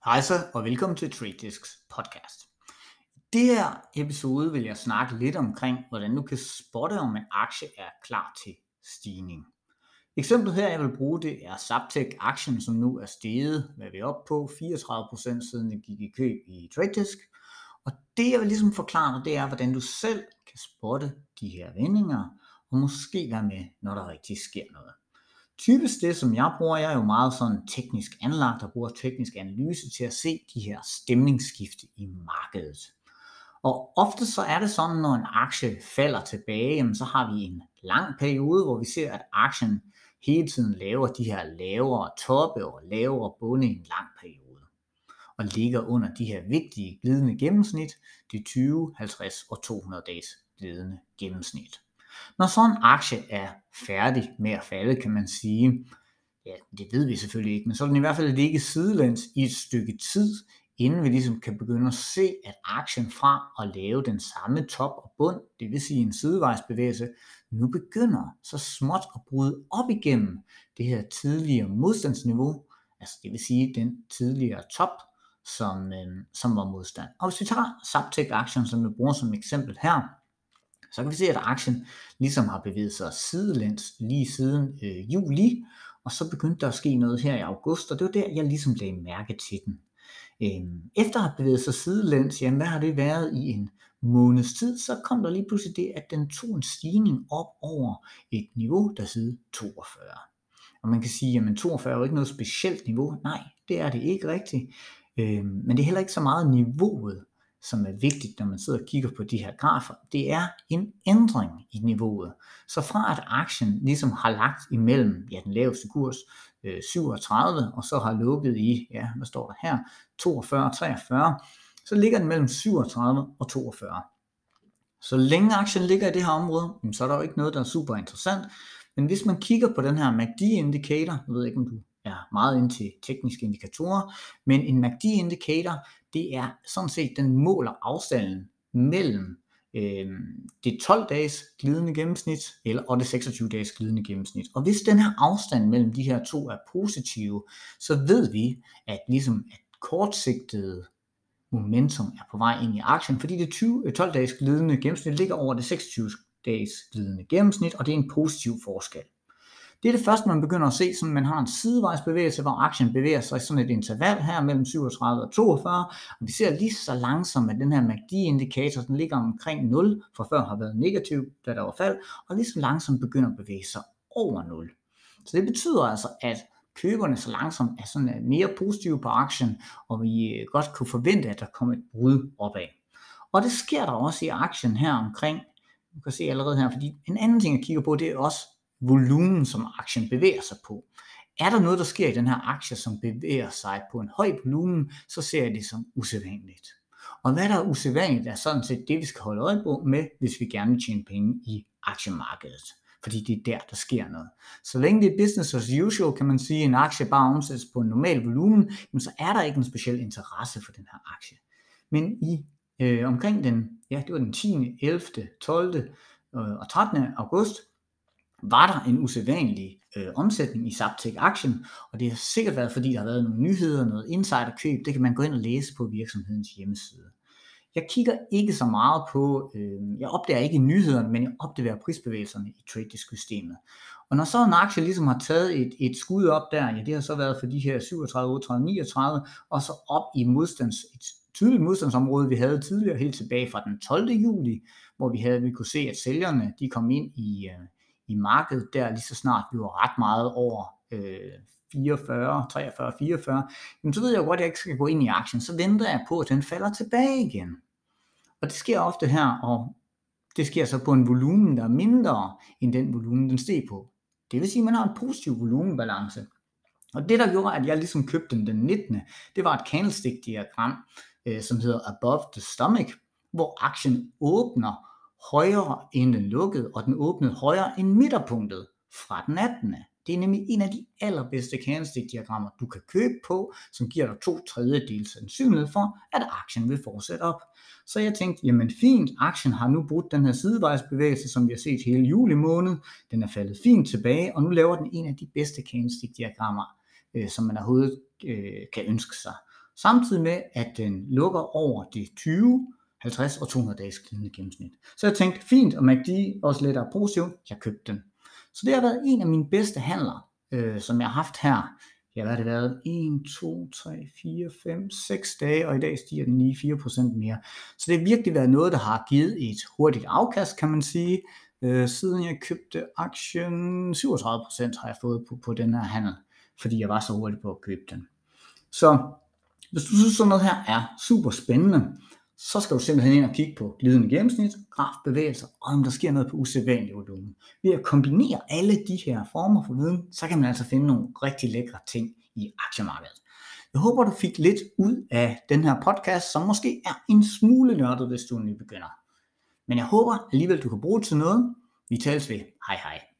Hej så, og velkommen til TradeDisks podcast. I det her episode vil jeg snakke lidt omkring, hvordan du kan spotte, om en aktie er klar til stigning. Eksemplet her, jeg vil bruge, det er Zaptec-aktien, som nu er steget, hvad vi er oppe på, 34% siden det gik i køb i TradeDisk. Og det jeg vil ligesom forklare, det er, hvordan du selv kan spotte de her vendinger, og måske være med, når der rigtig sker noget. Typisk det, som jeg bruger, jeg er jo meget sådan teknisk anlagt og bruger teknisk analyse til at se de her stemningsskifte i markedet. Og ofte så er det sådan, når en aktie falder tilbage, jamen så har vi en lang periode, hvor vi ser, at aktien hele tiden laver de her lavere toppe og lavere bunde i en lang periode. Og ligger under de her vigtige glidende gennemsnit, de 20, 50 og 200 dages glidende gennemsnit. Når sådan en aktie er færdig med at falde, kan man sige, ja, det ved vi selvfølgelig ikke, men så vil den i hvert fald ligge sidelæns i et stykke tid, inden vi ligesom kan begynde at se, at aktien fra at lave den samme top og bund, det vil sige en sidevejsbevægelse, nu begynder så småt at bryde op igennem det her tidligere modstandsniveau, altså det vil sige den tidligere top, som var modstand. Og hvis vi tager Zaptec-aktien, som vi bruger som eksempel her, så kan vi se, at aktien ligesom har bevæget sig sidelæns lige siden juli, og så begyndte der at ske noget her i august, og det var der, jeg ligesom lagde mærke til den. Efter at have bevæget sig sidelæns, jamen hvad har det været i en måneds tid, så kom der lige pludselig det, at den tog en stigning op over et niveau, der hed 42. Og man kan sige, jamen 42 er jo ikke noget specielt niveau. Nej, det er det ikke rigtigt. Men det er heller ikke så meget niveauet, som er vigtigt, når man sidder og kigger på de her grafer. Det er en ændring i niveauet. Så fra at aktien ligesom har lagt imellem den laveste kurs 37, og så har lukket i, hvad står der her, 42, 43, så ligger den mellem 37 og 42. Så længe aktien ligger i det her område, så er der jo ikke noget, der er super interessant. Men hvis man kigger på den her MACD-indikator, jeg ved ikke, om du er meget ind til tekniske indikatorer, men en MACD-indikator, det er sådan set, den måler afstanden mellem det 12-dages glidende gennemsnit og det 26-dages glidende gennemsnit. Og hvis den her afstand mellem de her to er positive, så ved vi, at ligesom at kortsigtede momentum er på vej ind i aktien, fordi det 12-dages glidende gennemsnit ligger over det 26-dages glidende gennemsnit, og det er en positiv forskel. Det er det første, man begynder at se, sådan man har en sidevejsbevægelse, hvor aktien bevæger sig i sådan et interval her mellem 37 og 42, og vi ser lige så langsomt, at den her MACD-indikator, den ligger omkring 0, for før har været negativ, da der var fald, og lige så langsomt begynder at bevæge sig over 0. Så det betyder altså, at køberne så langsomt er sådan mere positive på aktien, og vi godt kunne forvente, at der kommer et brud opad. Og det sker der også i aktien her omkring, du kan se allerede her, fordi en anden ting, jeg kigger på, det er også volumen, som aktien bevæger sig på. Er der noget, der sker i den her aktie, som bevæger sig på en høj volumen, så ser jeg det som usædvanligt. Og hvad der er usædvanligt, er sådan set det, vi skal holde øje på med, hvis vi gerne vil tjene penge i aktiemarkedet. Fordi det er der sker noget. Så længe det er business as usual, kan man sige, at en aktie bare omsættes på en normal volumen, så er der ikke en speciel interesse for den her aktie. Men i omkring det var den 10., 11., 12. og 13. august, var der en usædvanlig omsætning i Zaptec-aktien, og det har sikkert været, fordi der har været nogle nyheder, noget insiderkøb, det kan man gå ind og læse på virksomhedens hjemmeside. Jeg kigger ikke så meget på, jeg opdager ikke nyhederne, men jeg opdager prisbevægelserne i TradeDisk-systemet. Og når så en aktie ligesom har taget et skud op der, det har så været for de her 37, 38, 39, og så op i et tydeligt modstandsområde, vi havde tidligere, helt tilbage fra den 12. juli, hvor vi kunne se, at sælgerne de kom ind i markedet der lige så snart vi var ret meget over 44, 43, 44, jamen så ved jeg jo godt, at jeg ikke skal gå ind i aktien, så venter jeg på, at den falder tilbage igen. Og det sker ofte her, og det sker så på en volumen, der er mindre end den volumen, den steg på. Det vil sige, at man har en positiv volumenbalance. Og det, der gjorde, at jeg ligesom købte den 19., det var et candlestick-diagram, som hedder Above the Stomach, hvor aktien åbner højere end den lukkede, og den åbnede højere end midterpunktet fra den 18. Det er nemlig en af de allerbedste candlestick-diagrammer, du kan købe på, som giver dig 2/3 sandsynlighed for, at aktien vil fortsætte op. Så jeg tænkte, jamen fint, aktien har nu brudt den her sidevejsbevægelse, som vi har set hele juli måned. Den er faldet fint tilbage, og nu laver den en af de bedste candlestick-diagrammer, som man overhovedet kan ønske sig. samtidig med, at den lukker over det 20, 50 og 200 dages glidende gennemsnit. Så jeg tænkte, fint, og MACD også lidt er positiv, jeg købte den. Så det har været en af mine bedste handler, som jeg har haft her. Ja, hvad har det været? 1, 2, 3, 4, 5, 6 dage, og i dag stiger den lige 4% mere. Så det har virkelig været noget, der har givet et hurtigt afkast, kan man sige. Siden jeg købte aktien, 37% har jeg fået på den her handel, fordi jeg var så hurtig på at købe den. Så hvis du synes, sådan noget her er super spændende, så skal du simpelthen ind og kigge på glidende gennemsnit, grafbevægelser, og om der sker noget på usædvanlig volumen. Ved at kombinere alle de her former for viden, så kan man altså finde nogle rigtig lækre ting i aktiemarkedet. Jeg håber, du fik lidt ud af den her podcast, som måske er en smule nørdet, hvis du er nybegynder. Men jeg håber alligevel, du kan bruge det til noget. Vi tales ved. Hej hej.